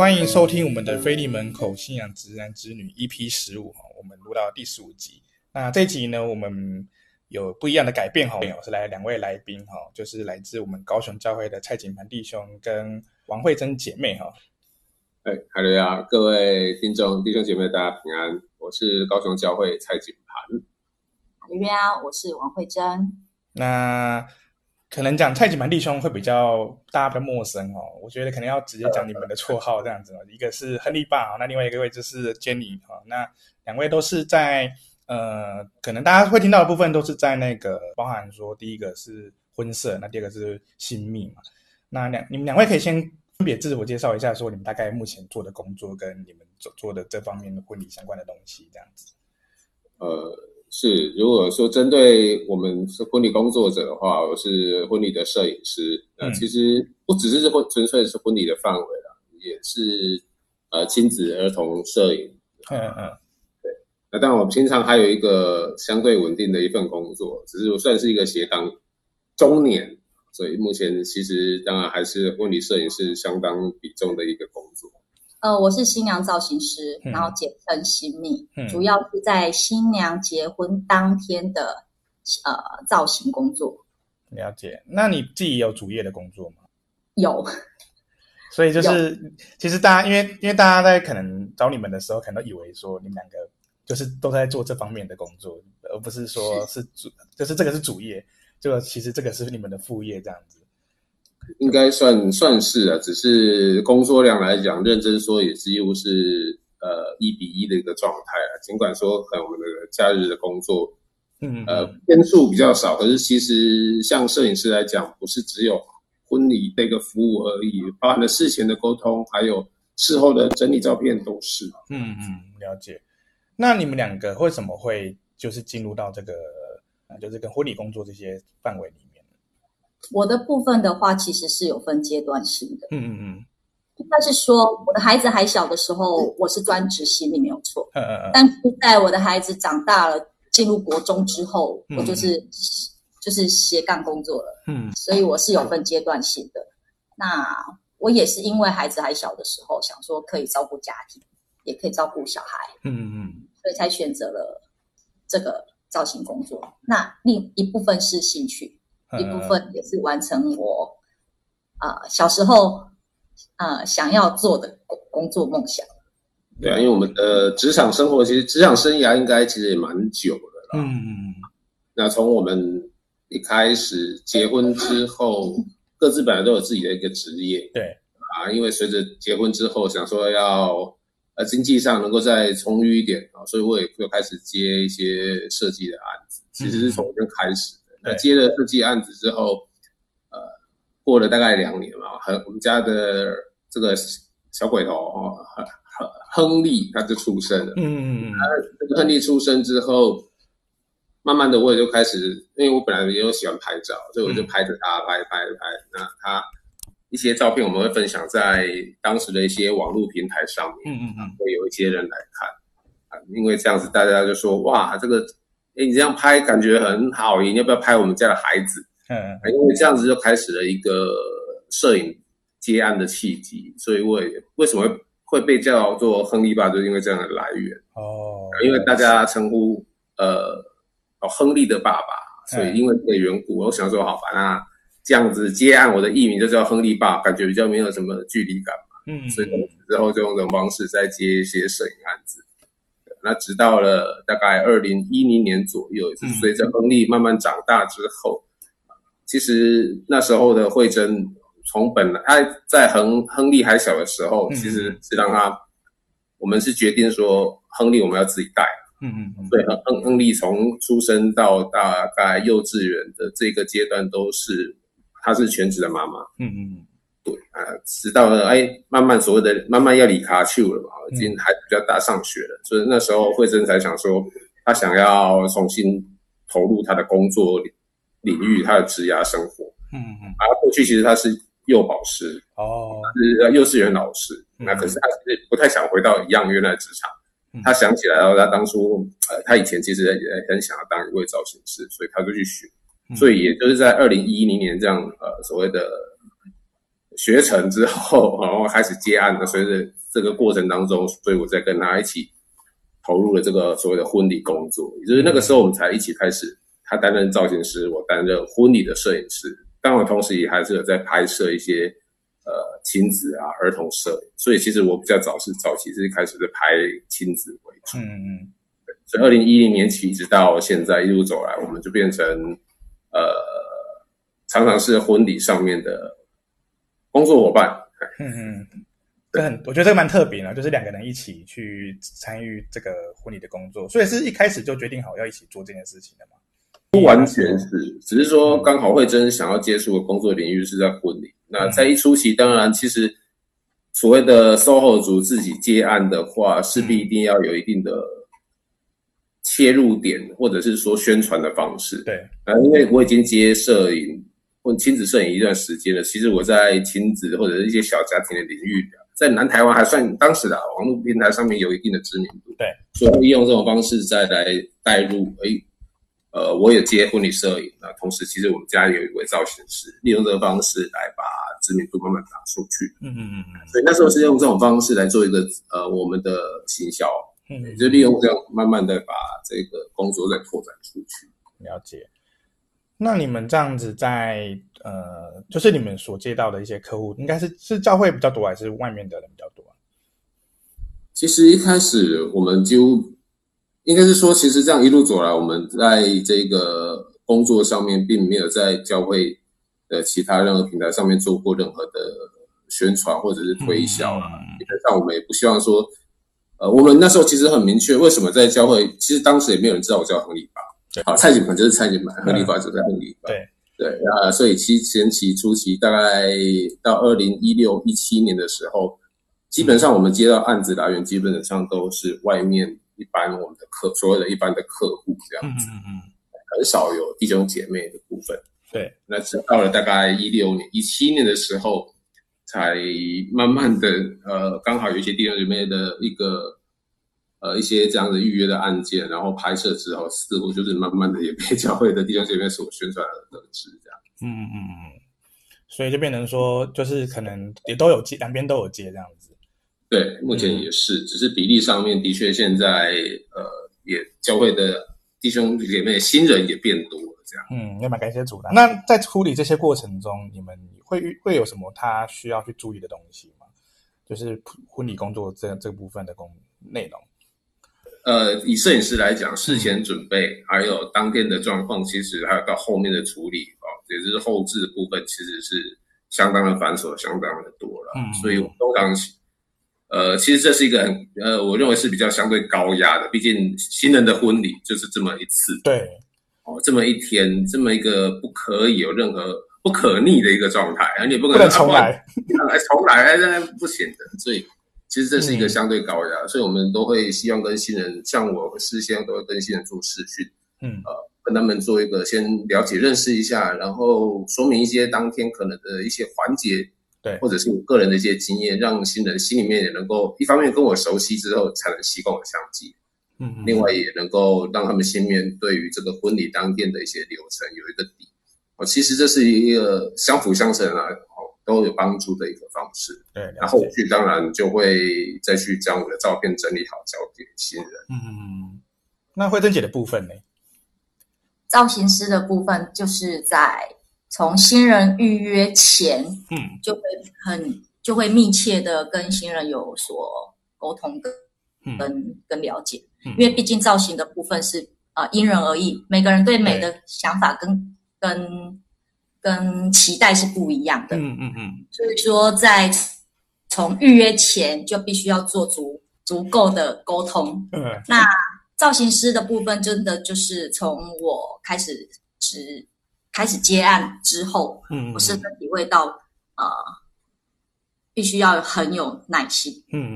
欢迎收听我们的菲利门口信仰直男直女 EP15， 我们录到第15集。那这一集呢，我们有不一样的改变，是来两位来宾，就是来自我们高雄教会的蔡景盘弟兄跟王慧珍姐妹。 哈喽呀，各位听众弟兄姐妹大家平安，我是高雄教会蔡景盘。 哈喽呀，我是王慧珍。 那可能讲蔡景盘弟兄会比较大家比较陌生我觉得可能要直接讲你们的绰号这样子一个是亨利爸，那另外一个位就是 Jenny，那两位都是在可能大家会听到的部分都是在那个包含说第一个是婚摄，那第二个是新秘嘛。那你们两位可以先分别自我介绍一下，说你们大概目前做的工作跟你们做的这方面的婚礼相关的东西这样子。 是，如果说针对我们是婚礼工作者的话，我是婚礼的摄影师。其实不只是纯粹是婚礼的范围啦，也是亲子儿童摄影。对。那当然我平常还有一个相对稳定的一份工作，只是我算是一个斜杠中年，所以目前其实当然还是婚礼摄影是相当比重的一个工作。 我是新娘造型师，然后简称新秘，主要是在新娘结婚当天的造型工作。 了解。那你自己有主业的工作吗？ 有。 所以就是其实大家因为大家在可能找你们的时候，可能都以为说你们两个就是都在做这方面的工作，而不是说是就是这个是主业，就其实这个是你们的副业这样子。 应该算是啊，只是工作量来讲，认真说也几乎是1:1的一个状态啊。尽管说可能我们的假日的工作，天数比较少，可是其实像摄影师来讲，不是只有婚礼这个服务而已，包含了事前的沟通，还有事后的整理照片都是。 了解。那你们两个为什么会就是进入到这个就是跟婚礼工作这些范围里面？ 我的部分的话，其实是有分阶段性的。应该是说，我的孩子还小的时候，我是专职心理没有错。但是在我的孩子长大了，进入国中之后，我就是斜杠工作了。所以我是有分阶段性的。那我也是因为孩子还小的时候，想说可以照顾家庭，也可以照顾小孩。所以才选择了这个造型工作。那另一部分是兴趣。一部分也是完成我小时候想要做的工作梦想。 对啊，因为我们的职场生活，其实职场生涯应该其实也蛮久的啦。那从我们一开始结婚之后，各自本来都有自己的一个职业。 对因为随着结婚之后，想说要经济上能够再充裕一点所以我也就开始接一些设计的案子。其实是从这开始。那接了设计案子之后，过了大概2年嘛，我们家的这个小鬼头亨利他就出生了。这个亨利出生之后，慢慢的我也就开始，因为我本来也有喜欢拍照，所以我就拍着他拍。那他一些照片我们会分享在当时的一些网络平台上面，会有一些人来看因为这样子大家就说哇这个。你这样拍感觉很好，你要不要拍我们家的孩子？因为这样子就开始了一个摄影接案的契机，所以我也为什么会被叫做亨利爸，就是因为这样的来源。因为大家称呼亨利的爸爸，所以因为这个缘故，我想说好吧，那这样子接案，我的艺名就叫亨利爸，感觉比较没有什么距离感嘛。所以之后就用这种方式再接一些摄影案子。那直到了大概2010年左右，也是随着亨利慢慢长大之后，其实那时候的慧珍从本来他在亨利还小的时候，其实是让他，我们是决定说亨利我们要自己带。所以亨利从出生到大概幼稚园的这个阶段他是全职的妈妈。对直到了慢慢所谓的慢慢要离卡丘了嘛，已经孩子比较大上学了，所以那时候慧珍才想说他想要重新投入他的工作领域，他的职涯生活。过去其实他是幼保师他是幼稚园老师。那可是他其实不太想回到一样原来的职场。他想起来然后他当初他以前其实也很想要当一位造型师，所以他就去学。所以也就是在2010年这样所谓的学成之后，然后开始接案的，随着这个过程当中，所以我在跟他一起投入了这个所谓的婚礼工作，也就是那个时候我们才一起开始，他担任造型师，我担任婚礼的摄影师，当然同时也还是有在拍摄一些亲子啊儿童摄影，所以其实我比较早期是开始是拍亲子为主，所以2010年起一直到现在一路走来，我们就变成常常是婚礼上面的工作伙伴。 我觉得这个蛮特别的，就是2个人一起去参与这个婚礼的工作，所以是一开始就决定好要一起做这件事情的吗？ 不完全是，只是说刚好慧珍想要接触的工作领域是在婚礼。那在一初期，当然其实所谓的 SOHO 族自己接案的话，势必一定要有一定的切入点，或者是说宣传的方式。 对， 因为我已经接摄影或亲子摄影一段时间了，其实我在亲子或者是一些小家庭的领域，在南台湾还算当时的网络平台上面有一定的知名度。 对， 所以利用这种方式再来带入，我也接婚礼摄影，那同时其实我们家里有一位造型师，利用这个方式来把知名度慢慢打出去。所以那时候是用这种方式来做一个我们的行销，就利用这样慢慢的把这个工作再拓展出去。 了解。那你们这样子在就是你们所接到的一些客户，应该是教会比较多，还是外面的人比较多？ 其实一开始我们几乎应该是说，其实这样一路走来，我们在这个工作上面并没有在教会的其他任何平台上面做过任何的宣传或者是推销啦。基本上我们也不希望说，我们那时候其实很明确，为什么在教会，其实当时也没有人知道我叫亨利法。好，蔡景盘就是蔡景盘，亨利法就在亨利法。对，所以前期初期大概到2016、17年的时候，基本上我们接到案子来源，基本上都是外面一般我们的所谓的一般的客户这样子，很少有弟兄姐妹的部分。 对， 那直到了大概16年、17年的时候，才慢慢的刚好有一些弟兄姐妹的一些这样的预约的案件，然后拍摄之后，似乎就是慢慢的也被教会的弟兄姐妹所宣传而得知这样。 所以就变成说，就是可能也都有接，两边都有接这样子。 对，目前也是，只是比例上面的确现在也教会的弟兄姐妹新人也变多了这样。 也蛮感谢主的。那在处理这些过程中，你们会有什么他需要去注意的东西吗？就是婚礼工作这部分的内容。 以摄影师来讲，事前准备还有当天的状况，其实还有到后面的处理也就是后置的部分，其实是相当的繁琐，相当的多了。所以我通常其实这是一个我认为是比较相对高压的，毕竟新人的婚礼就是这么一次， 对， 这么一天，这么一个不可以有任何不可逆的一个状态，而且不可能重来， 重来，不行的。所以其实这是一个相对高压，所以我们都会希望跟新人，像我事先都会跟新人做视讯，跟他们做一个先了解认识一下，然后说明一些当天可能的一些环节， 对， 或者是我个人的一些经验，让新人心里面也能够一方面跟我熟悉之后，才能习惯我相机，另外也能够让他们心里面对于这个婚礼当天的一些流程有一个底。其实这是一个相辅相成啊，都有帮助的一个方式。 对， 然后后续当然就会再去将我的照片整理好交给新人。 那慧珍姐的部分呢？ 造型师的部分就是在从新人预约前，就会密切的跟新人有所沟通跟了解，因为毕竟造型的部分是因人而异，每个人对美的想法跟期待是不一样的。所以说在从预约前就必须要做足够的沟通。那造型师的部分真的就是从我开始接案之后，我深深体会到必须要很有耐心，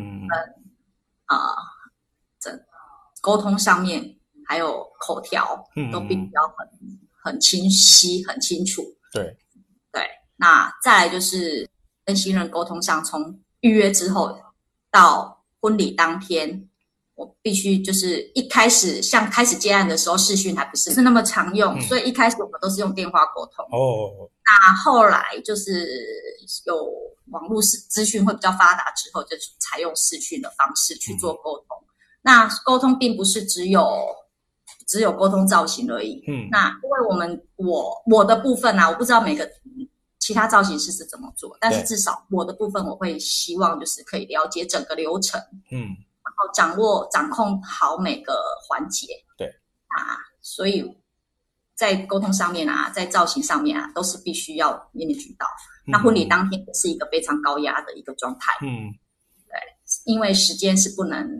沟通上面还有口条都必须要很清晰很清楚。 对， 那再来就是跟新人沟通上，从预约之后到婚礼当天我必须就是一开始开始接案的时候，视讯还不是那么常用，所以一开始我们都是用电话沟通。那后来就是有网络资讯会比较发达之后，就采用视讯的方式去做沟通。那沟通并不是只有沟通造型而已。那因为我的部分啊，我不知道每个其他造型师是怎么做，但是至少我的部分我会希望就是可以了解整个流程，然后掌控好每个环节。 对啊，所以在沟通上面啊，在造型上面啊，都是必须要manage到。那婚礼当天也是一个非常高压的一个状态。对，因为时间是不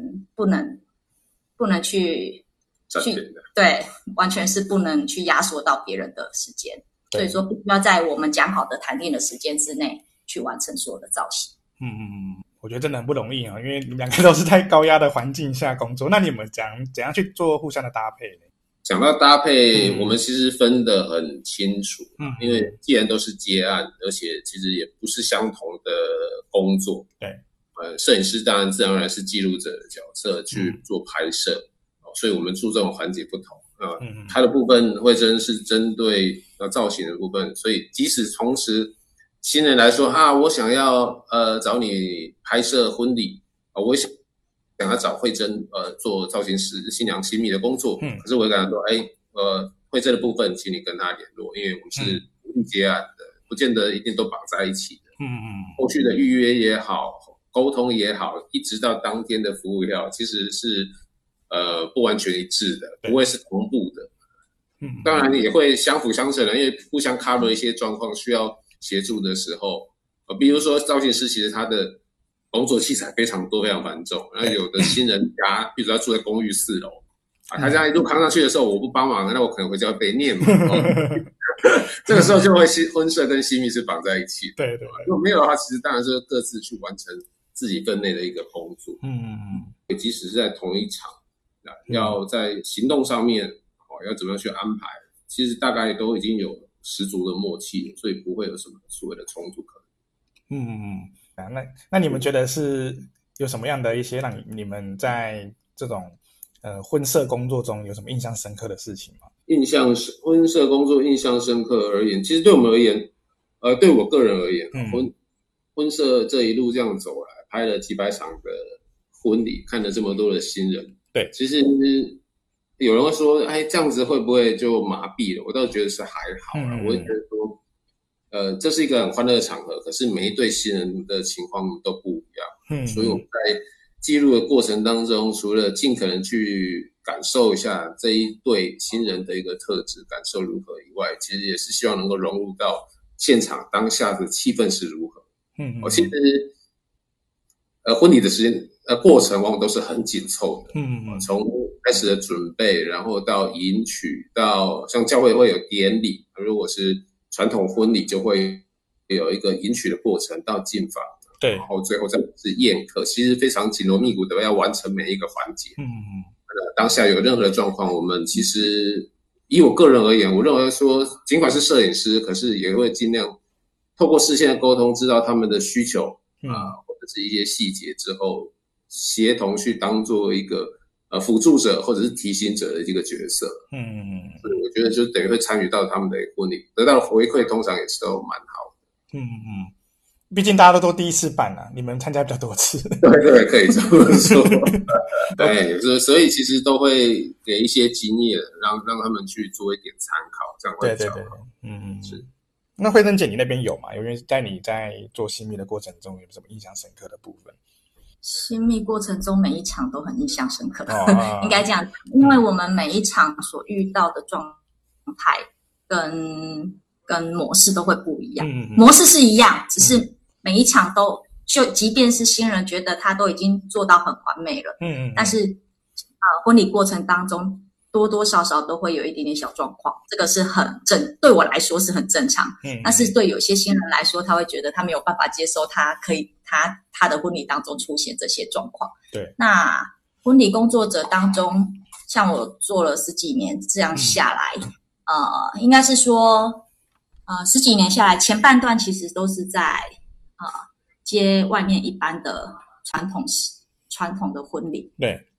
能去对，完全是不能去压缩到别人的时间。所以说必须要在我们讲好的谈定的时间之内去完成所有的造型。 我觉得真的很不容易啊，因为你们两个都是在高压的环境下工作。那你们怎样去做互相的搭配呢？ 讲到搭配，我们其实分得很清楚。因为既然都是接案，而且其实也不是相同的工作。 对， 摄影师当然自然而然是记录者的角色去做拍摄，所以我们注重的环节不同。他的部分会是针对造型的部分，所以即使同时新人来说我想要找你拍摄婚礼，我想要找慧珍做造型师新娘新密的工作，可是我会跟他说慧珍的部分请你跟他联络，因为我们是独立接案的，不见得一定都绑在一起的。后续的预约也好，沟通也好，一直到当天的服务也好，其实是不完全一致的，不会是同步的。当然也会相辅相成的，因为互相 cover 一些状况需要协助的时候，比如说造型师其实他的工作器材非常多，非常繁重。那有的新人家，比如说他住在公寓4楼，他这样一路扛上去的时候，我不帮忙，那我可能回家被念嘛。这个时候就会婚摄跟新密是绑在一起的。 对， 如果没有的话，其实当然是各自去完成自己分内的一个工作。即使是在同一场，要在行动上面要怎么样去安排，其实大概都已经有十足的默契了，所以不会有什么所谓的冲突可能。 那你们觉得是有什么样的一些让你们在这种婚摄工作中有什么印象深刻的事情吗？ 婚摄工作印象深刻而言，其实对我们而言，对我个人而言，婚摄这一路这样走来，拍了几百场的婚礼，看了这么多的新人， 对， 其实有人会说，这样子会不会就麻痹了？我倒觉得是还好啦。我会觉得说，这是一个很欢乐的场合，可是每一对新人的情况都不一样。所以我们在记录的过程当中，除了尽可能去感受一下这一对新人的一个特质，感受如何以外，其实也是希望能够融入到现场当下的气氛是如何。其实婚礼的时间过程往往都是很紧凑的。从开始的准备，然后到迎娶，到像教会会有典礼，如果是传统婚礼就会有一个迎娶的过程，到进房， 对， 然后最后再是宴客，其实非常紧锣密鼓的要完成每一个环节。当下有任何的状况，我们其实以我个人而言，我认为说尽管是摄影师，可是也会尽量透过事先的沟通，知道他们的需求或者是一些细节之后，协同去当做一个辅助者或者是提醒者的一个角色。所以我觉得就等于会参与到他们的婚礼，得到的回馈通常也是都蛮好的。 毕竟大家都第一次办你们参加比较多次。 对，可以这么说。对，所以其实都会给一些经验，让他们去做一点参考，这样会比较好。是。 那慧珍姐你那边有吗？因为在你在做新密的过程中，有什么印象深刻的部分？ 新密过程中每一场都很印象深刻。应该这样，因为我们每一场所遇到的状态跟模式都会不一样。模式是一样，只是每一场都就即便是新人觉得他都已经做到很完美了，但是婚礼过程当中多多少少都会有一点点小状况，这个是对我来说是很正常。但是对有些新人来说，他会觉得他没有办法接受他的婚礼当中出现这些状况。 对， 那婚礼工作者当中，像我做了10几年这样下来，应该是说10几年下来，前半段其实都是在接外面一般的传统的婚礼。 对，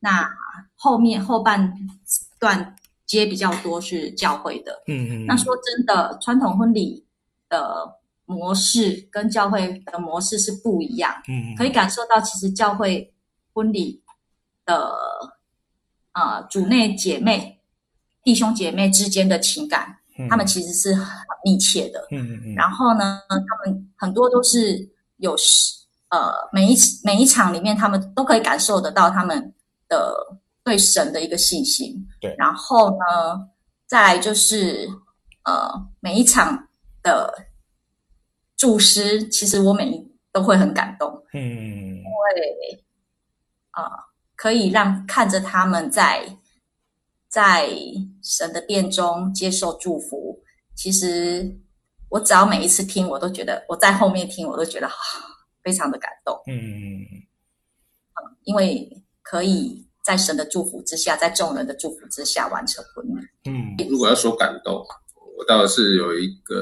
那后半段接比较多是教会的。那说真的，传统婚礼的模式跟教会的模式是不一样。可以感受到其实教会婚礼的主内姐妹、弟兄姐妹之间的情感，他们其实是很密切的。然后呢，他们很多都是有每一场里面，他们都可以感受得到他们的对神的一个信心。 对， 然后呢，再来就是每一场的祝诗，其实我都会很感动。因为可以看着他们在神的殿中接受祝福。其实我只要每一次听，我都觉得我在后面听，我都觉得非常的感动。因为可以在神的祝福之下，在众人的祝福之下完成婚礼。 如果要说感动，我倒是有一个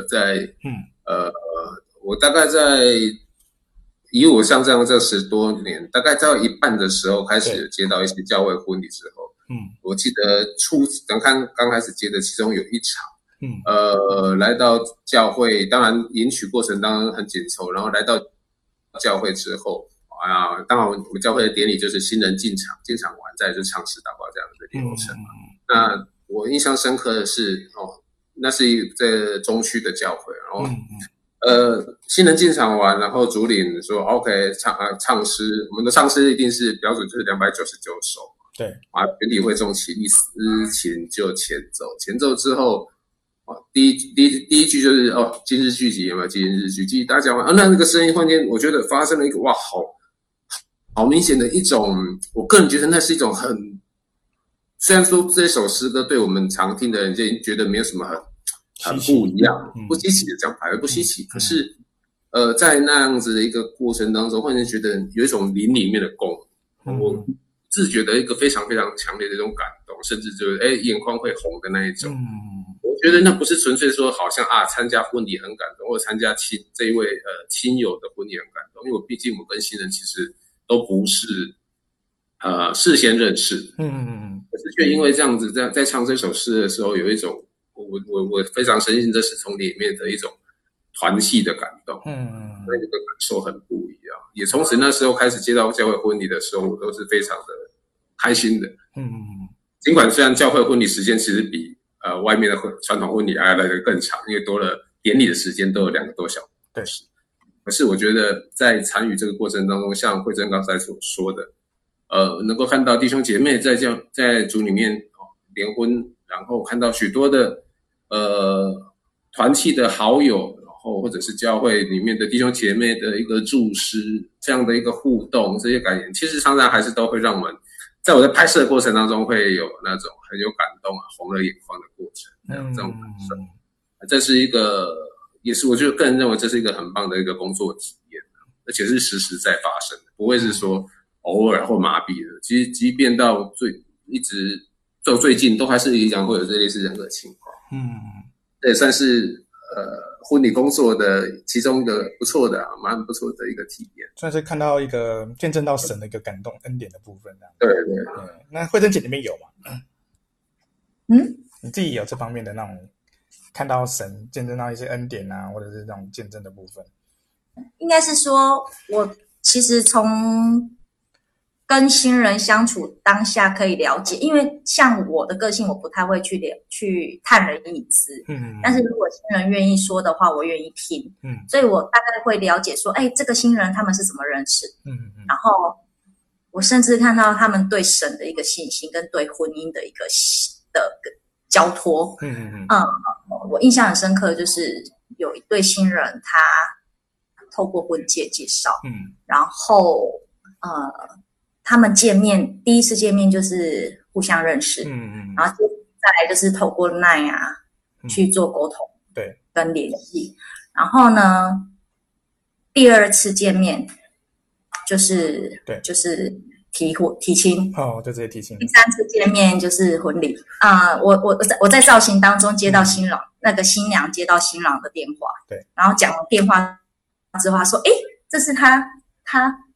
我大概以我像这样这10多年，大概到一半的时候开始有接到一些教会婚礼之后，我记得刚开始接的其中有一场，来到教会，当然迎娶过程当中很紧凑，然后来到教会之后当然我们教会的典礼就是新人进场完再就唱诗祷告这样的流程。那我印象深刻的是那是在中区的教会，然后新人进场完，然后主领说 OK 唱诗，我们的唱诗一定是标准就是299首。 对全体会众起立，琴就前奏之后第一句就是今日聚集，有没有？今日聚集，大家讲完那个声音忽然间我觉得发生了一个好明显的一种，我个人觉得那是一种虽然说这首诗歌对我们常听的人就已经觉得没有什么很不一样，不稀奇的讲法，不稀奇。可是在那样子的一个过程当中，忽然间觉得有一种灵里面的共鸣，我自觉的一个非常非常强烈的一种感动，甚至就是眼眶会红的那一种。我觉得那不是纯粹说好像参加婚礼很感动，或者参加这一位亲友的婚礼很感动，因为毕竟我跟新人其实都不是事先认识的。可是却因为这样子在唱这首诗的时候，有一种我非常深信这是从里面的一种团契的感动。那个感受很不一样。也从此那时候开始接到教会婚礼的时候，我都是非常的开心的。尽管虽然教会婚礼时间其实比外面的传统婚礼来的更长，因为多了典礼的时间都有2个多小时。 对。 可是我觉得在参与这个过程当中，像慧珍刚才所说的，能够看到弟兄姐妹在主里面联婚，然后看到许多的团契的好友，然后或者是教会里面的弟兄姐妹的一个祝诗，这样的一个互动，这些感言，其实常常还是都会让我们在我在拍摄的过程当中会有那种很有感动红了眼眶的过程，这种感受。这是一个，也是我就个人认为这是一个很棒的一个工作体验，而且是实时在发生的，不会是说偶尔或麻痹的。其实即便到一直到最近，都还是一样会有这类似这样的情况。这也算是婚礼工作的其中一个不错的蛮不错的一个体验， 算是看到一个见证到神的一个感动恩典的部分。 对。 那慧珍姐里面有吗？你自己有这方面的那种看到神见证到一些恩典或者是那种见证的部分？ 应该是说我其实从跟新人相处当下可以了解，因为像我的个性，我不太会去探人隐私。但是如果新人愿意说的话，我愿意听。所以我大概会了解说，这个新人他们是怎么认识。然后我甚至看到他们对神的一个信心，跟对婚姻的一个交托。我印象很深刻，就是有一对新人，他透过婚介介绍，然后他们第一次见面就是互相认识，然后再来就是透过 LINE 去做沟通， 对， 跟联系。然后呢，第2次见面就是提亲， 就直接提亲。 第3次见面就是婚礼。我在造型当中接到新郎，那个新娘接到新郎的电话， 对， 然后讲了电话之后，说，这是他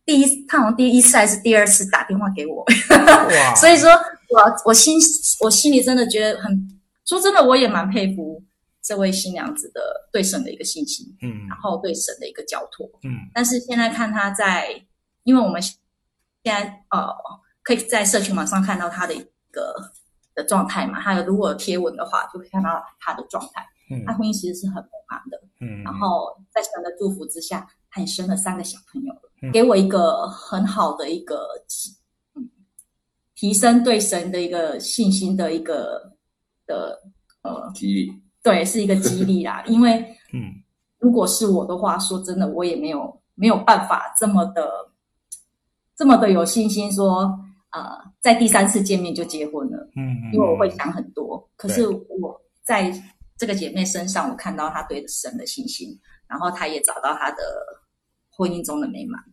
他好像第一次还是第二次打电话给我，所以说我心里真的觉得说真的，我也蛮佩服这位新娘子的对神的一个信心，然后对神的一个交托，但是现在看他因为我们现在可以在社群网上看到他的一个的状态嘛，他如果有贴文的话，就可以看到他的状态，他婚姻其实是很不安的，然后在神的祝福之下，他也生了3个小朋友了，给我一个很好的一个提升对神的一个信心的一个激励， 对，是一个激励啦。因为如果是我的话，说真的，我也没有办法这么的有信心说在第3次见面就结婚了，因为我会想很多。可是我在这个姐妹身上，我看到她对神的信心，然后她也找到她的婚姻中的美满。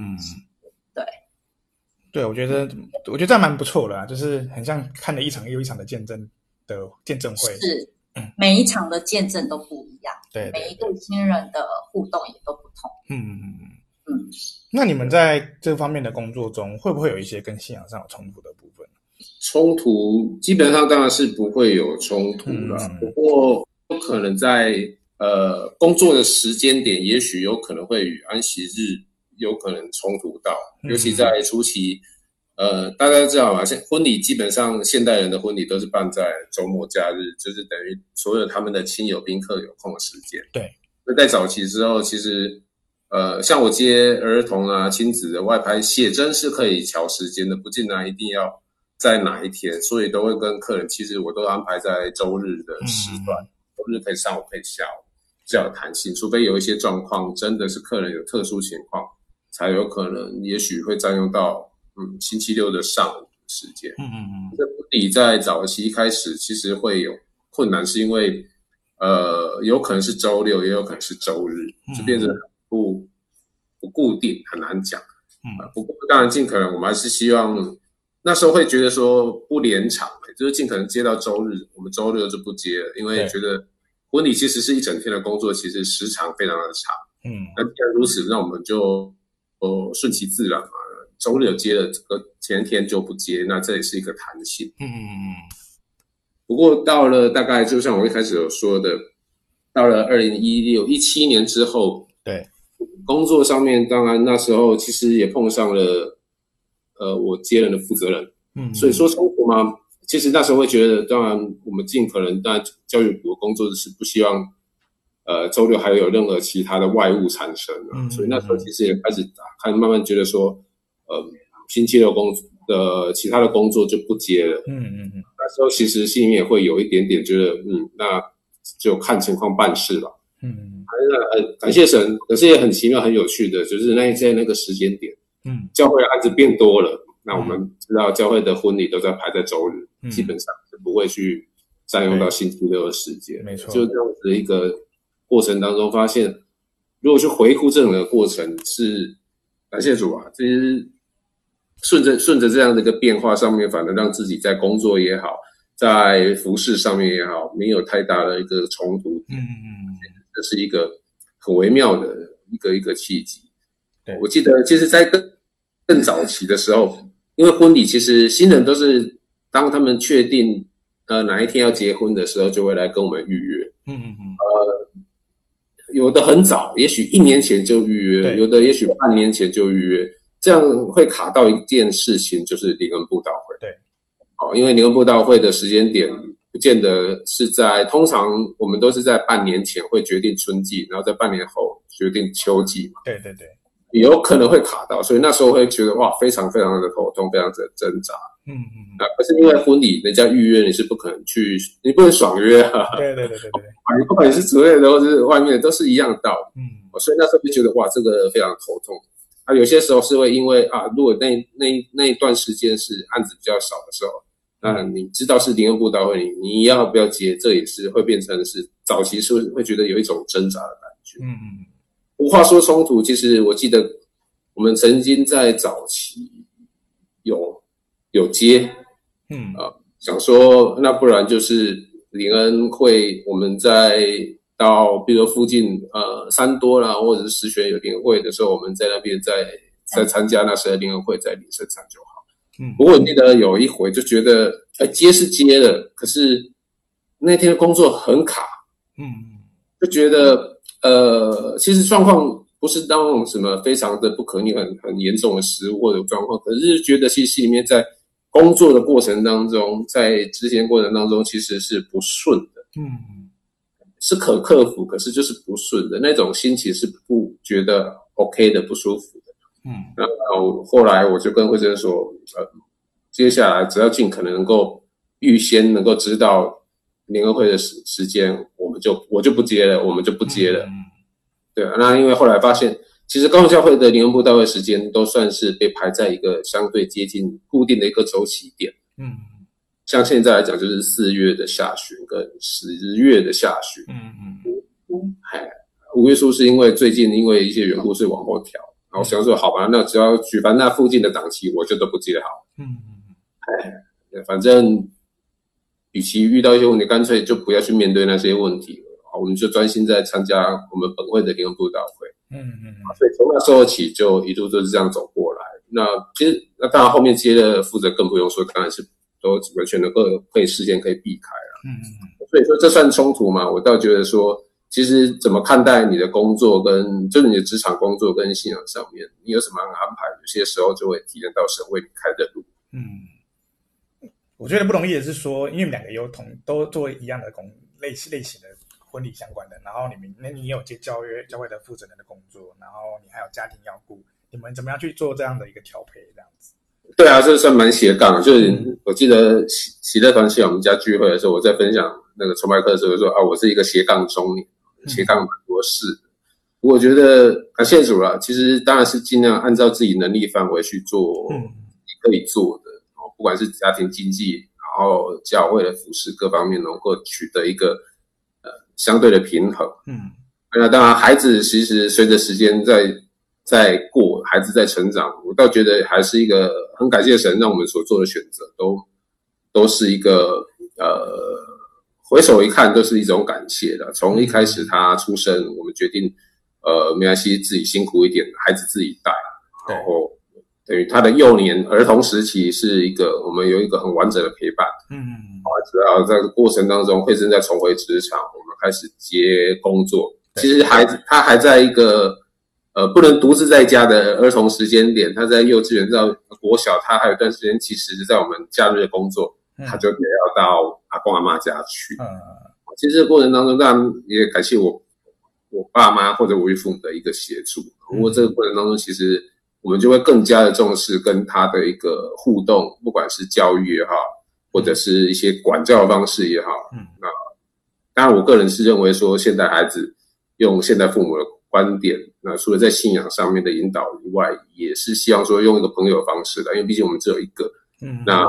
对，我觉得这样蛮不错的啊，就是很像看了一场又一场的见证会， 是每一场的见证都不一样， 对， 每一对新人的互动也都不同。 那你们在这方面的工作中，会不会有一些跟信仰上有冲突的部分？ 冲突基本上当然是不会有冲突啦，不过有可能在工作的时间点，也许有可能会与安息日有可能冲突到，尤其在初期，大家知道嘛，婚礼基本上现代人的婚礼都是办在周末假日，就是等于所有他们的亲友宾客有空的时间。 对， 那在早期之后，其实像我接儿童啊、亲子的外拍，写真是可以调时间的，不尽然一定要在哪一天，所以都会跟客人，其实我都安排在周日的时段，周日可以上午可以下午，比较有弹性，除非有一些状况真的是客人有特殊情况，才有可能也许会占用到星期六的上午的时间。这婚礼在早期开始其实会有困难，是因为有可能是周六，也有可能是周日，就变成不固定，很难讲。不过当然尽可能我们还是希望，那时候会觉得说不连场，就是尽可能接到周日，我们周六就不接了，因为觉得婚礼其实是一整天的工作，其实时长非常的长。那既然如此，那我们就顺其自然嘛，周日有接了，这个前天就不接，那这也是一个弹性。不过到了大概就像我一开始有说的，到了2016-17年之后， 对， 工作上面当然那时候其实也碰上了我接人的负责人，所以说冲突嘛，其实那时候会觉得，当然我们尽可能，当然教育部的工作是不希望周六还有任何其他的外务产生所以那时候其实也开始慢慢觉得说，星期六的其他的工作就不接了。那时候其实心里面也会有一点点觉得，那就看情况办事吧。感谢神，可是也很奇妙、很有趣的，就是在那个时间点，教会的案子变多了。那我们知道教会的婚礼都在排在周日，基本上是不会去占用到星期六的时间。 没错， 就这样子的一个过程当中，发现如果去回顾这整个过程，是感谢主啊，其实顺着这样的一个变化上面，反而让自己在工作也好，在服事上面也好，没有太大的一个冲突。这是一个很微妙的一个契机。我记得其实在更早期的时候，因为婚礼其实新人都是当他们确定哪一天要结婚的时候，就会来跟我们预约。有的很早，也许1年前就预约，有的也许半年前就预约，这样会卡到一件事情，就是灵恩布道会。因为灵恩布道会的时间点不见得是通常我们都是在半年前会决定春季，然后在半年后决定秋季嘛。 对， 有可能会卡到，所以那时候会觉得哇，非常非常的头痛，非常的挣扎。可是因为婚礼人家预约，你是不可能去，你不能爽约啊。 对。 你不管你是主任的或是外面的，都是一样的道理。所以那时候就觉得哇，这个非常头痛。有些时候是会因为如果那一段时间是案子比较少的时候，那你知道是灵恩布道会，你要不要接，这也是会变成是早期是会觉得有一种挣扎的感觉。无话说冲突，其实我记得我们曾经在早期有接，想说那不然就是灵恩会，我们到比如说附近三多啦，或者是石泉有灵会的时候，我们在那边再在参加那时的联合会，在领生产就好。不过我记得有一回就觉得，接是接了，可是那天的工作很卡，就觉得其实状况不是那种什么非常的不可逆、很严重的失误或者状况，可是觉得其实心里面在工作的过程当中，在执行过程当中其实是不顺的，是可克服，可是就是不顺的那种心情是不觉得 OK 的，不舒服的。然后后来我就跟慧珍说，接下来只要尽可能能够预先能够知道联合会的时间，我就不接了，我们就不接了。对啊，那因为后来发现，其实高雄教会的联合布道会时间都算是被排在一个相对接近固定的一个周期点。像现在来讲，就是4月的下旬跟10月的下旬。5月初是因为最近因为一些缘故是往后调，然后想说好吧，那只要举办那附近的档期，我就都不接好。反正与其遇到一些问题，干脆就不要去面对那些问题了。我们就专心在参加我们本会的联合布道会。所以从那时候起就一路都是这样走过来。那其实那当然后面接的负责更不用说，当然是都完全能够可以事先可以避开了。所以说这算冲突吗？我倒觉得说，其实怎么看待你的工作跟就是你的职场工作跟信仰上面，你有什么样的安排，有些时候就会体验到神为你开的路。 我觉得不容易的是说，因为你们两个都做一样的类型的婚礼相关的，然后你有接教会的负责人的工作，然后你还有家庭要顾，你们怎么样去做这样的一个调配这样子？ 对啊，这算蛮斜杠。就是我记得喜乐团契我们家聚会的时候，我在分享那个崇拜课的时候说我是一个斜杠中年，斜杠蛮多事的。我觉得感谢主啦，其实当然是尽量按照自己能力范围去做可以做的，不管是家庭经济，然后教会的服事各方面能够取得一个相对的平衡。那当然孩子其实随着时间在过，孩子在成长，我倒觉得还是一个很感谢神让我们所做的选择都是一个回首一看都是一种感谢的。从一开始他出生，我们决定没关系，自己辛苦一点，孩子自己带，然后等于他的幼年儿童时期是我们有一个很完整的陪伴。只要在过程当中，慧珍再重回职场，我们开始接工作。其实他还在一个不能独自在家的儿童时间点，他在幼稚园到国小，他还有一段时间，其实在我们假日的工作，他就得要到阿公阿嬷家去。其实这个过程当中，当然也感谢我爸妈或者我父母的一个协助。不过这个过程当中，其实我们就会更加的重视跟他的一个互动，不管是教育也好，或者是一些管教的方式也好。那当然我个人是认为说，现代孩子用现代父母的观点，那除了在信仰上面的引导以外，也是希望说用一个朋友的方式的，因为毕竟我们只有一个。那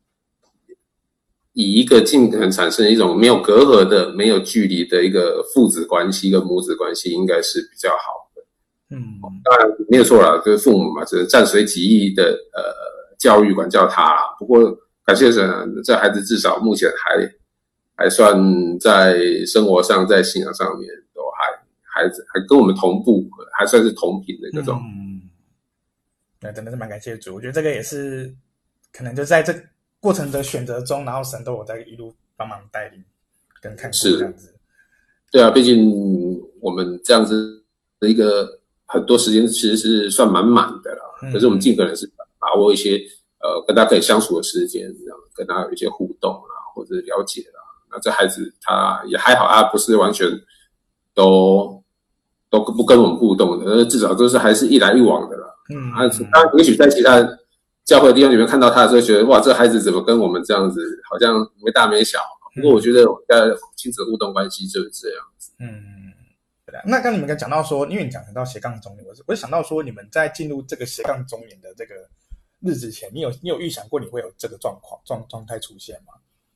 以一个尽可能产生一种没有隔阂的、没有距离的一个父子关系跟母子关系，应该是比较好的。当然没有错啦，就是父母嘛，只是暂随己意的教育管教他啦。不过感谢神，这孩子至少目前还算在生活上、在信仰上面都孩子还跟我们同步，还算是同频的一个状态。 那真的是蛮感谢主，我觉得这个也是可能就在这过程的选择中，然后神都有在一路帮忙带领跟看顾这样子。 对啊，毕竟我们这样子的一个很多时间其实是算满的啦。可是我们尽可能是把握一些跟他可以相处的时间，跟他有一些互动啦，或者了解啦。那这孩子他也还好，他不是完全都不跟我们互动的，至少都是还是一来一往的啦。当然也许在其他教会的地方里面看到他的时候，觉得哇，这孩子怎么跟我们这样子，好像没大没小。不过我觉得我们亲子互动关系就是这样子。 那刚你们刚讲到说，因为你讲到斜杠中年，我就想到说，你们在进入这个斜杠中年的这个日子前，你有预想过你会有这个状态出现吗？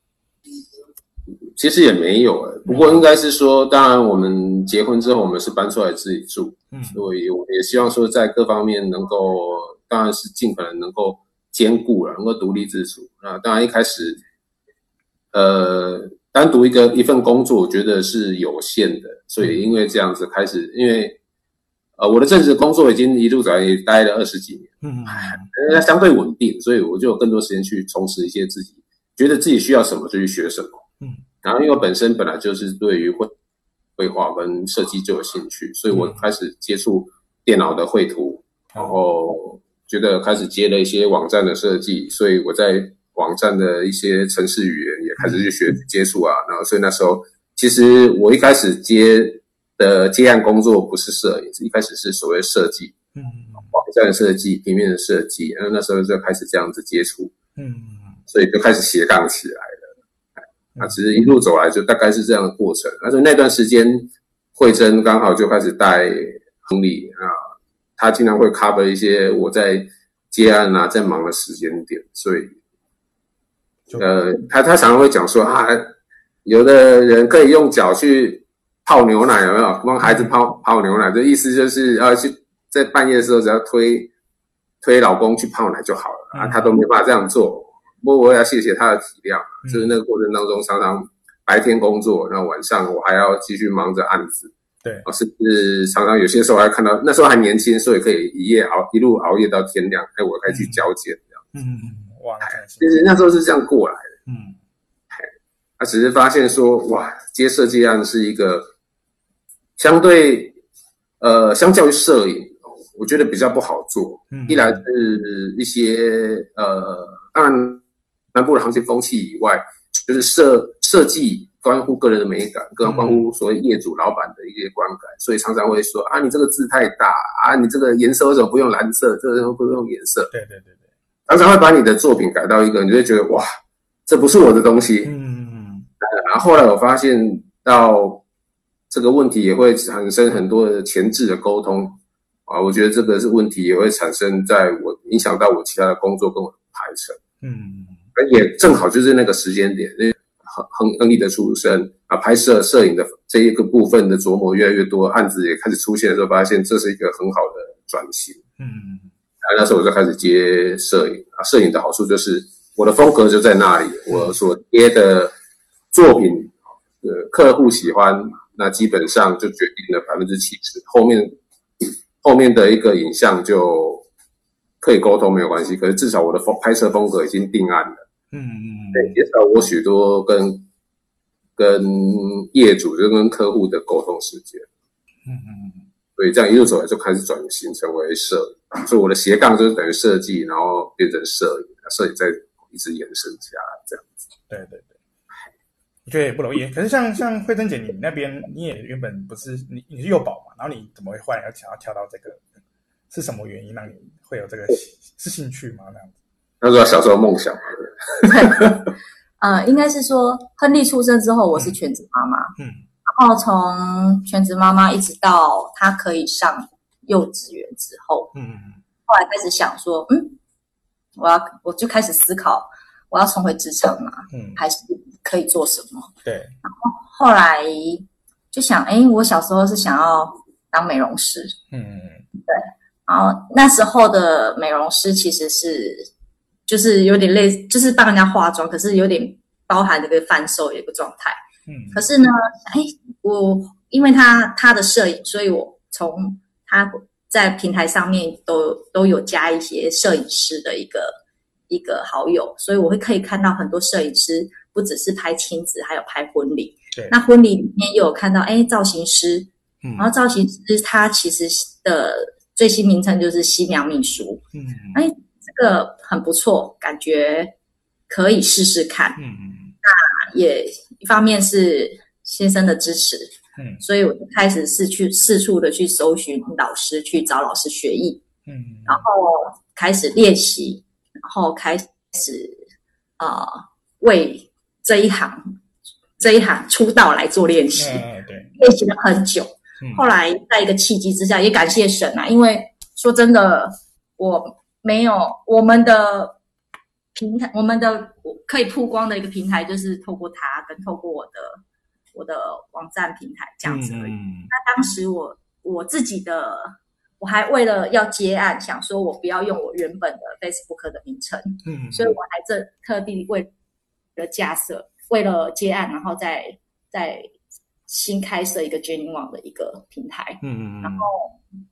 其实也没有不过应该是说，当然我们结婚之后，我们是搬出来自己住，所以我们也希望说，在各方面能够，当然是尽可能能够兼顾了，能够独立自主。那当然一开始，单独一份工作，我觉得是有限的，所以因为这样子开始，因为我的正职工作已经一路走来也待了20几年，那相对稳定，所以我就有更多时间去从事一些自己觉得自己需要什么就去学什么。然后因为我本身本来就是对于绘画跟设计就有兴趣，所以我开始接触电脑的绘图，然后觉得开始接了一些网站的设计，所以我在网站的一些程式语言也开始去接触啊。然后所以那时候其实我一开始接案工作不是摄影，一开始是所谓设计，网站的设计、平面的设计，然后那时候就开始这样子接触，所以就开始斜杠起来了。那其实一路走来就大概是这样的过程。但是那段时间慧珍刚好就开始带亨利啊，他经常会 cover 一些我在接案啊在忙的时间点，所以他常常会讲说啊，有的人可以用脚去泡牛奶，有没有帮孩子泡牛奶？这意思就是去在半夜的时候只要推老公去泡奶就好了啊，他都没办法这样做。不过我也要谢谢他的体谅，就是那个过程当中常常白天工作，然后晚上我还要继续忙着案子， 对， 甚至常常有些时候还看到那时候还年轻，所以可以一路熬夜到天亮，我还去交件这样子。 哇， 其实那时候是这样过来的。他只是发现说，哇，接设计案是一个相较于摄影，我觉得比较不好做。一来是一些当然南部的行情风气以外，就是设计关乎个人的美感，关乎所谓业主老板的一些观感，所以常常会说啊，你这个字太大啊，你这个颜色为什么不用蓝色？这个为什么不用颜色？ 对， 常常会把你的作品改到一个，你就会觉得哇，这不是我的东西。然后后来我发现到这个问题也会产生很多的前置的沟通啊，我觉得这个是问题也会产生在影响到我其他的工作跟我的排程。也正好就是那个时间点，因为亨利的出生啊，拍摄摄影的这一个部分的琢磨越来越多，案子也开始出现的时候，发现这是一个很好的转型。那时候我就开始接摄影啊，摄影的好处就是我的风格就在那里，我所接的作品客户喜欢，那基本上就决定了70%，后面的一个影像就可以沟通没有关系，可是至少我的拍摄风格已经定案了。对，减少我许多跟业主就跟客户的沟通时间。所以这样一路走来就開始轉型成為攝影，所以我的斜槓就是等於設計，然後變成攝影，攝影再一直延伸下來這樣子。 對，我覺得也不容易。可是像慧珍姐，你那邊你也原本不是你是幼保嘛，然後你怎麼會忽然要跳到這個？是什麼原因讓你會有這個是興趣嗎？那樣子？ 那時候小時候夢想嘛。 應該是說亨利出生之後，我是全職媽媽。然後從全職媽媽一直到她可以上幼稚園之後，後來開始想說，我就開始思考，我要重回職場嘛，還是可以做什麼？ 對。 然後後來就想，我小時候是想要當美容師，對。然後那時候的美容師其實是就是有點類似，就是幫人家化妝，可是有點包含這個販售的一個狀態。可是呢，我因為他的攝影，所以我從他在平台上面都有加一些攝影師的一個好友，所以我會可以看到很多攝影師不只是拍親子，還有拍婚禮。對，那婚禮裡面又有看到造型師，然後造型師他其實的最新名稱就是新娘秘書。這個很不錯，感覺可以試試看。那也一方面是先生的支持，所以我就開始四處的去搜尋老師，去找老師學藝，然後開始練習，然後開始為這一行出道來做練習，練習了很久。後來在一個契機之下，也感謝神啊，因為說真的，我沒有我們的平台，我們的可以曝光的一個平台，就是透過他跟透過我的網站平台這樣子而已。那當時我自己的，我還為了要接案，想說我不要用我原本的 Facebook 的名稱，所以我還特地為了架設，為了接案，然後再新開設一個 Jenny 網的一個平台。然後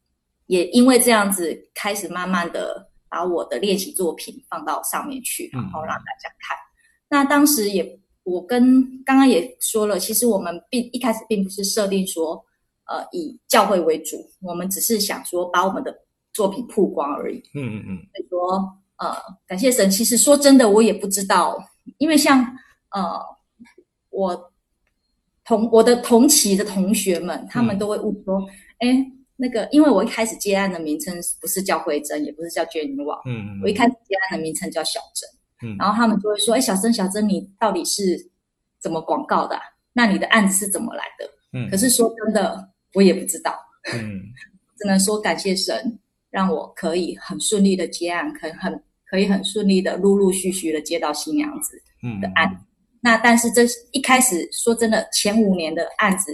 也因为这样子开始慢慢的把我的练习作品放到上面去，然后让大家看。那当时我跟刚刚也说了，其实我们一开始并不是设定说以教会为主，我们只是想说把我们的作品曝光而已。所以说感谢神，其实说真的我也不知道，因为像我的同期的同学们，他们都会问说那个，因为我一开始接案的名称不是叫慧珍，也不是叫娟女网，我一开始接案的名称叫小珍，然后他们就会说，小珍，你到底是怎么广告的啊？那你的案子是怎么来的？可是说真的，我也不知道，只能说感谢神，让我可以很顺利的接案，可以很顺利的陆陆续续的接到新娘子的案子。那但是这一开始说真的，前5年的案子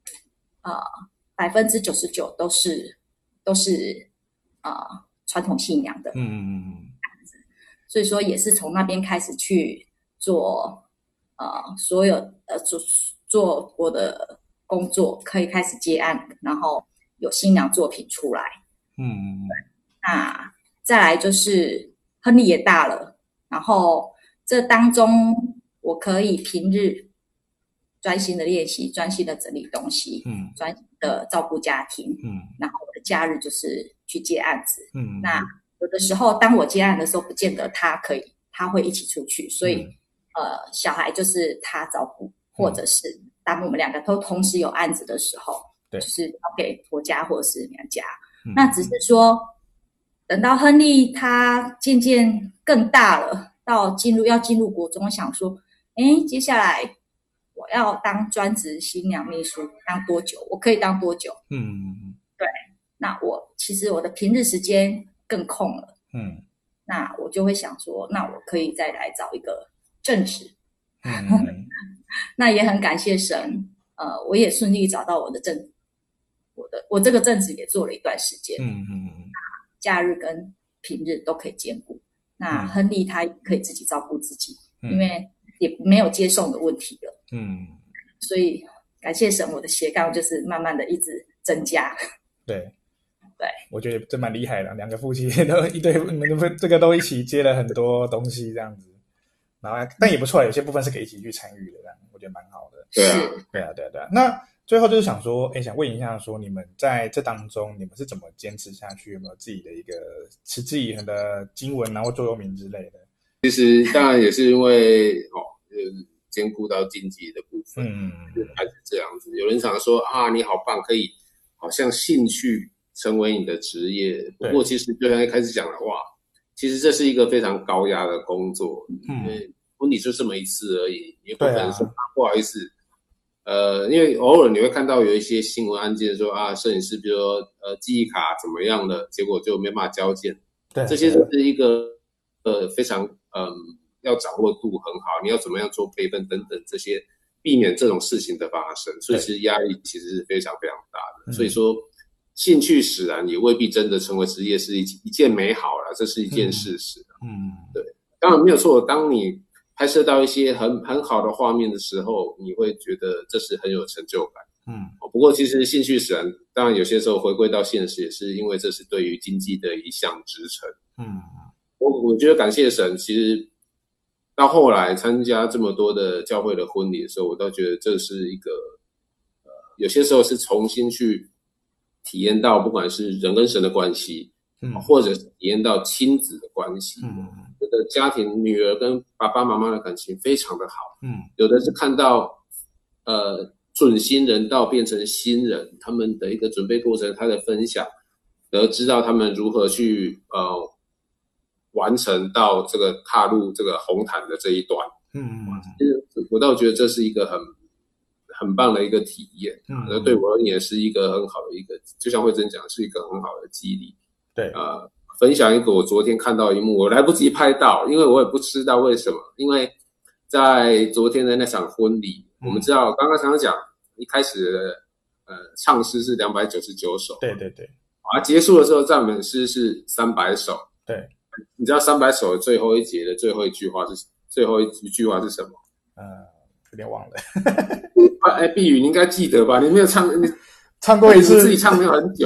，99%都是传统信仰的，所以说也是从那边开始去做所有做我的工作，可以开始接案，然后有新娘作品出来。那再来就是亨利也大了，然后这当中我可以平日专心的练习，专心的整理东西，专心的照顾家庭，然后我的假日就是去接案子。那有的时候当我接案的时候，不见得他会一起出去，所以小孩就是他照顾，或者是当我们2个都同时有案子的时候，就是交给婆家或者是娘家。那只是说等到亨利他渐渐更大了，要进入国中，想说接下来我要当专职新娘秘书当多久？我可以当多久？对，那其实我的平日时间更空了。那我就会想说，那我可以再来找一个正职。那也很感谢神，我也顺利找到我的我这个正职也做了一段时间。假日跟平日都可以兼顾。那亨利他可以自己照顾自己，因为也没有接送的问题了。所以感谢神，我的斜杠就是慢慢的一直增加。 对，我觉得这蛮厉害的，2个夫妻都你们这个都一起接了很多东西这样子，然后但也不错，有些部分是可以一起去参与的，这样我觉得蛮好的。对啊。那最后就是想说，想问一下，说你们在这当中，你们是怎么坚持下去？有没有自己的一个持之以恒的经文，然后座右铭之类的？ 其实当然也是因为兼顾到经济的部分，还是这样子。有人常说你好棒，可以好像兴趣成为你的职业。不过其实就像一开始讲的其实这是一个非常高压的工作。因为婚礼就这么一次而已，你不可能说不好意思。因为偶尔你会看到有一些新闻案件说摄影师比如说记忆卡怎么样了，结果就没办法交件。这些就是一个非常要掌握度很好，你要怎么样做备份等等，这些避免这种事情的发生，所以其实压力其实是非常非常大的。所以说兴趣使然也未必真的成为职业是一件美好啦，这是一件事实。对，当然没有错，当你拍摄到一些很好的画面的时候，你会觉得这是很有成就感。不过其实兴趣使然，当然有些时候回归到现实，也是因为这是对于经济的一项支撑。我觉得感谢神，其实到后来参加这么多的教会的婚礼的时候，我倒觉得这是一个有些时候是重新去体验到不管是人跟神的关系，或者是体验到亲子的关系。这个家庭女儿跟爸爸妈妈的感情非常的好。有的是看到准新人到变成新人，他们的一个准备过程，他的分享，得知道他们如何去完成到这个踏入这个红毯的这一段。我倒觉得这是一个很棒的一个体验。对我而言是一个很好的一个，就像慧珍讲，是一个很好的激励。 对， 分享一个我昨天看到一幕，我来不及拍到，因为我也不知道为什么。因为在昨天的那场婚礼，我们知道刚刚常讲一开始的唱诗是299首， 对， 结束的时候赞美诗是300首。 对， 你知道300首的最后一节的最后一句话是什么？ 有点忘了。 碧宇你应该记得吧？你没有唱， 唱过一次， 自己唱没有很久。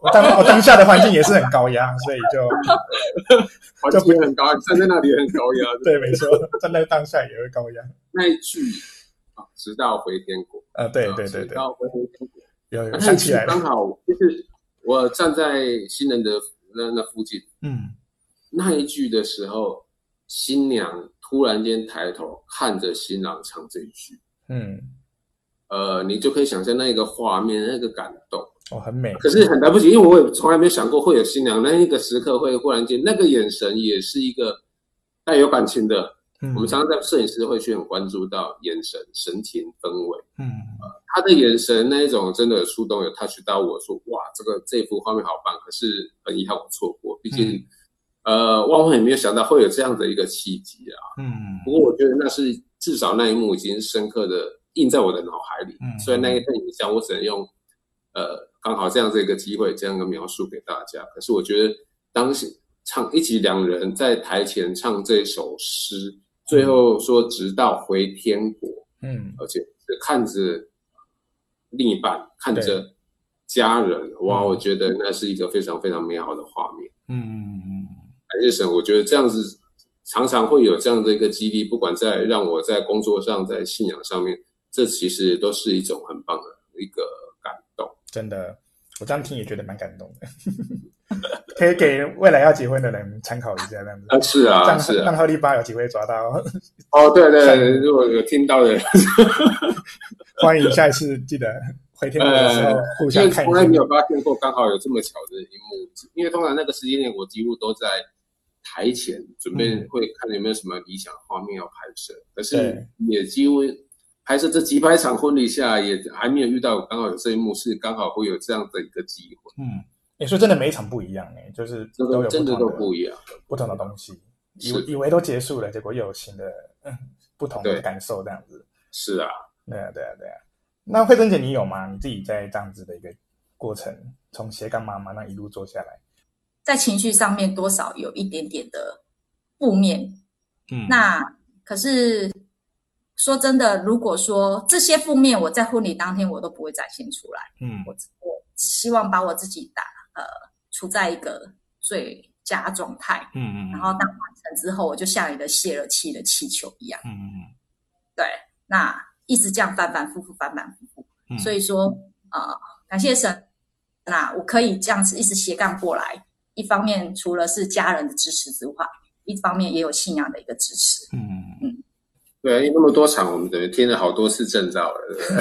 我当下的环境也是很高压，所以环境很高压，站在那里很高压。 对，没错，站在当下也会高压。 那一句直到回天国。 对， 直到回天国。 有想起来了。 刚好就是我站在新人的那附近，那一句的时候，新娘突然间抬头看着新郎唱这一句，你就可以想象那个画面，那个感动， 很美。 可是很来不及，因为我也从来没有想过会有新娘那一个时刻会忽然间，那个眼神也是一个带有感情的。我们常常在摄影师会去很关注到眼神、神情、氛围。他的眼神那一种真的有触动，有 touch 到我说，哇，这幅画面好棒。可是很遗憾我错过，毕竟万万也没有想到会有这样的一个契机啊。不过我觉得那是至少那一幕已经深刻的印在我的脑海里。虽然那一份影像我只能用刚好这样的一个机会这样的描述给大家，可是我觉得当时一起两人在台前唱这首诗，最后说直到回天国，而且是看着另一半，看着家人，哇，我觉得那是一个非常非常美好的画面。感谢神，我觉得这样子常常会有这样的一个激励，不管在让我在工作上，在信仰上面，这其实都是一种很棒的一个感动。 真的，我这样听也觉得蛮感动的。可以给未来要结婚的人参考一下，这样子。 是啊，是啊， 让赫利巴有机会抓到。 对，如果有听到的人， 欢迎下一次记得回天国的时候互相看一下。 从来没有发现过，刚好有这么巧的一幕。因为通常那个时间点，我几乎都在台前准备会看有没有什么理想画面要拍摄，可是也几乎拍摄这几百场婚礼下，也还没有遇到刚好有这一幕，是刚好会有这样的一个机会。 所以真的每一场不一样就是都有真的都不一样， 不同的东西。以为都结束了，结果又有新的不同的感受，这样子。 是啊， 对啊。那慧珍姐，你有吗？你自己在这样子的一个过程，从斜杠妈妈那一路做下来， 在情绪上面多少有一点点的负面。那可是说真的，如果说这些负面我在婚礼当天我都不会展现出来，我希望把我自己处在一个最佳状态，然后当完成之后，我就像一个泄了气的气球一样，对，那一直这样反反复复，所以说感谢神，那我可以这样子一直斜杠过来，一方面除了是家人的支持之外，一方面也有信仰的一个支持， 对啊，因为那么多场，我们等于听了好多次证照了，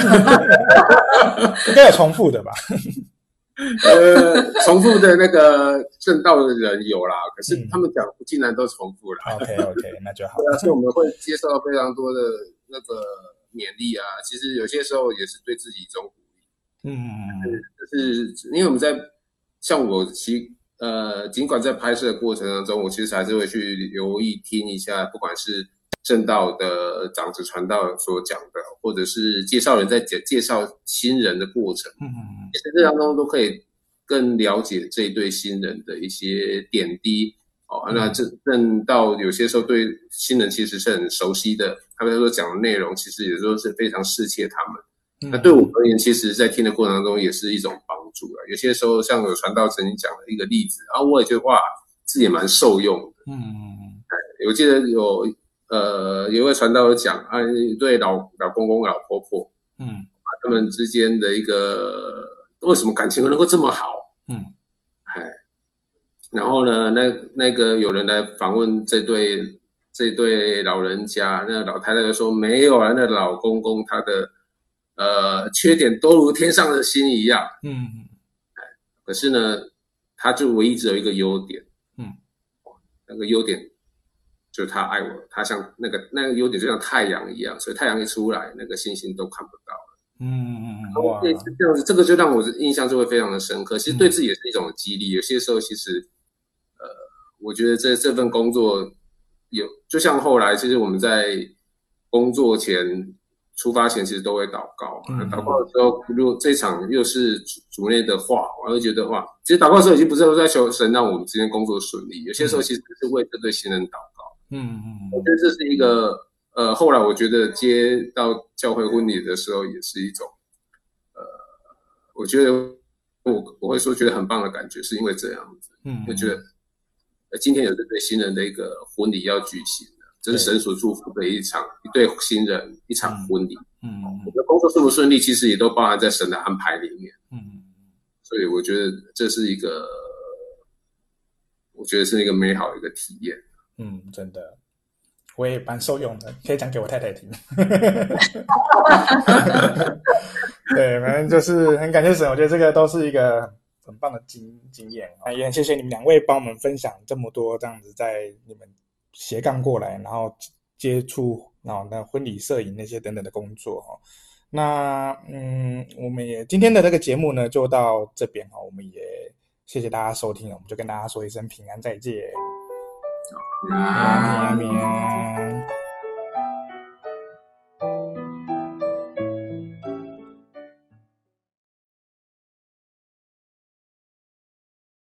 应该有重复的吧？ 重复的那个证道的人有啦，可是他们讲竟然都重复了。 OK， 那就好。 对啊，所以我们会接受到非常多的那个勉励啊。其实有些时候也是对自己一种鼓励。就是因为我们在像我尽管在拍摄的过程当中，我其实还是会去留意听一下，不管是正道的长子传道所讲的，或者是介绍人在介绍新人的过程，其实这当中都可以更了解这一对新人的一些点滴。那正道有些时候对新人其实是很熟悉的，他们所讲的内容其实也都是非常适切他们。那对我而言，其实在听的过程当中也是一种帮助了。有些时候像有传道曾经讲的一个例子，我也觉得哇，自己也蛮受用的。我记得有一位传道有讲一对老公公老婆婆，他们之间的一个为什么感情能够这么好？然后呢，那个有人来访问这对老人家，那老太太就说没有啊，那老公公他的缺点都如天上的星一样，可是呢，他就唯一只有一个优点，那个优点就是他爱我，他像那个优点就像太阳一样，所以太阳一出来，那个星星都看不到了。哇，这样子，这个就让我印象就会非常的深刻。其实对自己也是一种激励。有些时候，其实我觉得这份工作就像后来，其实我们在工作前出发前，其实都会祷告。祷告的时候，如果这场又是主内的话，我会觉得哇，其实祷告的时候已经不是在求神让我们之间工作顺利，有些时候其实是为这对新人祷告。我觉得这是一个后来我觉得接到教会婚礼的时候，也是一种我觉得我会说觉得很棒的感觉，是因为这样子，会觉得今天有这对新人的一个婚礼要举行了，这是神所祝福的一对新人一场婚礼。我的工作顺不顺利，其实也都包含在神的安排里面。所以我觉得这是一个，我觉得是一个美好的一个体验。 真的，我也蛮受用的，可以讲给我太太听。对，反正就是很感谢神，我觉得这个都是一个很棒的经验。也很谢谢你们两位帮我们分享这么多这样子在你们斜杠过来，然后接触那婚礼摄影那些等等的工作。那我们也今天的这个节目呢就到这边，我们也谢谢大家收听，我们就跟大家说一声平安再见。 阿平安。